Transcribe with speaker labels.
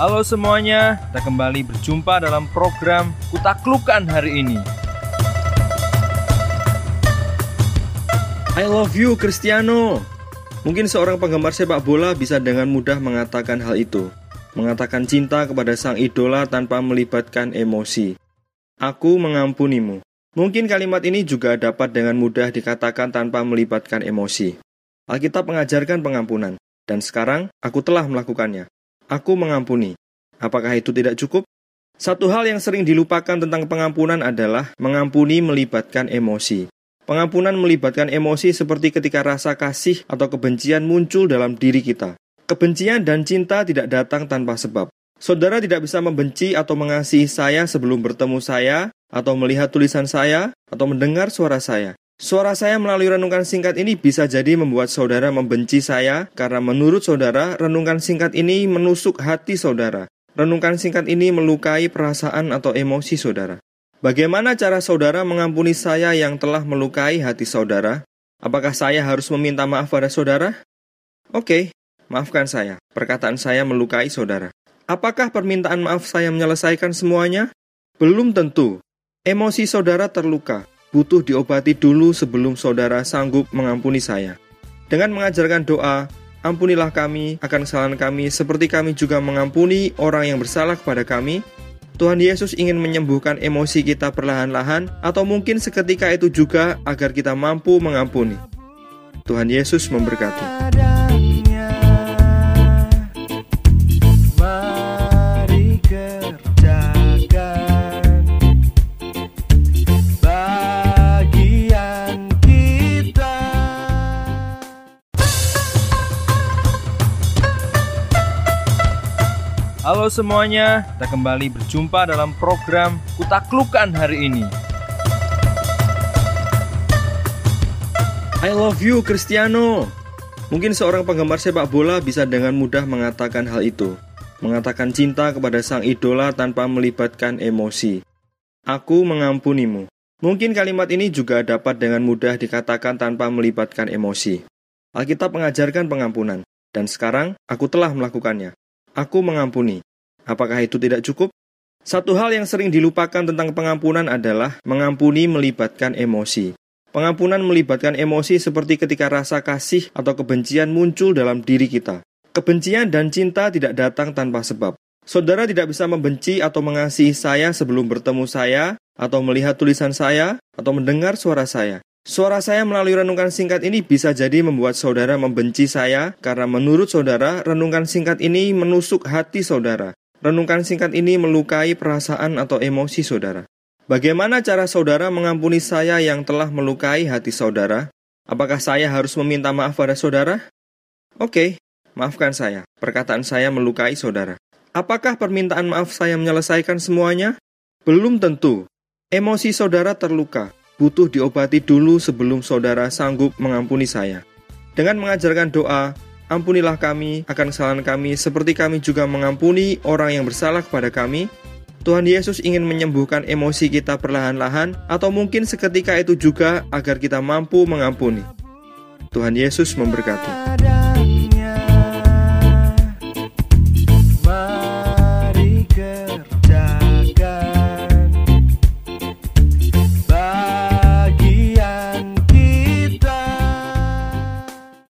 Speaker 1: Halo semuanya, kita kembali berjumpa dalam program Kutaklukkan hari ini. I love you Cristiano. Mungkin seorang penggemar sepak bola bisa dengan mudah mengatakan hal itu. Mengatakan cinta kepada sang idola tanpa melibatkan emosi. Aku mengampunimu. Mungkin kalimat ini juga dapat dengan mudah dikatakan tanpa melibatkan emosi. Alkitab mengajarkan pengampunan, dan sekarang aku telah melakukannya. Aku mengampuni. Apakah itu tidak cukup? Satu hal yang sering dilupakan tentang pengampunan adalah mengampuni melibatkan emosi. Pengampunan melibatkan emosi seperti ketika rasa kasih atau kebencian muncul dalam diri kita. Kebencian dan cinta tidak datang tanpa sebab. Saudara tidak bisa membenci atau mengasihi saya sebelum bertemu saya, atau melihat tulisan saya, atau mendengar suara saya. Suara saya melalui renungan singkat ini bisa jadi membuat saudara membenci saya, karena menurut saudara, renungan singkat ini menusuk hati saudara. Renungan singkat ini melukai perasaan atau emosi saudara. Bagaimana cara saudara mengampuni saya yang telah melukai hati saudara? Apakah saya harus meminta maaf pada saudara? Oke, maafkan saya. Perkataan saya melukai saudara. Apakah permintaan maaf saya menyelesaikan semuanya? Belum tentu. Emosi saudara terluka. Butuh diobati dulu sebelum saudara sanggup mengampuni saya. Dengan mengajarkan doa, ampunilah kami akan kesalahan kami seperti kami juga mengampuni orang yang bersalah kepada kami. Tuhan Yesus ingin menyembuhkan emosi kita perlahan-lahan, atau mungkin seketika itu juga agar kita mampu mengampuni. Tuhan Yesus memberkati. Halo semuanya, kita kembali berjumpa dalam program Kutaklukkan hari ini.
Speaker 2: I love you Cristiano. Mungkin seorang penggemar sepak bola bisa dengan mudah mengatakan hal itu. Mengatakan cinta kepada sang idola tanpa melibatkan emosi. Aku mengampunimu. Mungkin kalimat ini juga dapat dengan mudah dikatakan tanpa melibatkan emosi. Alkitab mengajarkan pengampunan, dan sekarang aku telah melakukannya. Aku mengampuni. Apakah itu tidak cukup? Satu hal yang sering dilupakan tentang pengampunan adalah mengampuni melibatkan emosi. Pengampunan melibatkan emosi seperti ketika rasa kasih atau kebencian muncul dalam diri kita. Kebencian dan cinta tidak datang tanpa sebab. Saudara tidak bisa membenci atau mengasihi saya sebelum bertemu saya, atau melihat tulisan saya, atau mendengar suara saya. Suara saya melalui renungan singkat ini bisa jadi membuat saudara membenci saya, karena menurut saudara, renungan singkat ini menusuk hati saudara. Renungan singkat ini melukai perasaan atau emosi saudara. Bagaimana cara saudara mengampuni saya yang telah melukai hati saudara? Apakah saya harus meminta maaf pada saudara? Oke, maafkan saya. Perkataan saya melukai saudara. Apakah permintaan maaf saya menyelesaikan semuanya? Belum tentu. Emosi saudara terluka. Butuh diobati dulu sebelum saudara sanggup mengampuni saya. Dengan mengajarkan doa, ampunilah kami akan kesalahan kami seperti kami juga mengampuni orang yang bersalah kepada kami. Tuhan Yesus ingin menyembuhkan emosi kita perlahan-lahan, atau mungkin seketika itu juga agar kita mampu mengampuni. Tuhan Yesus memberkati.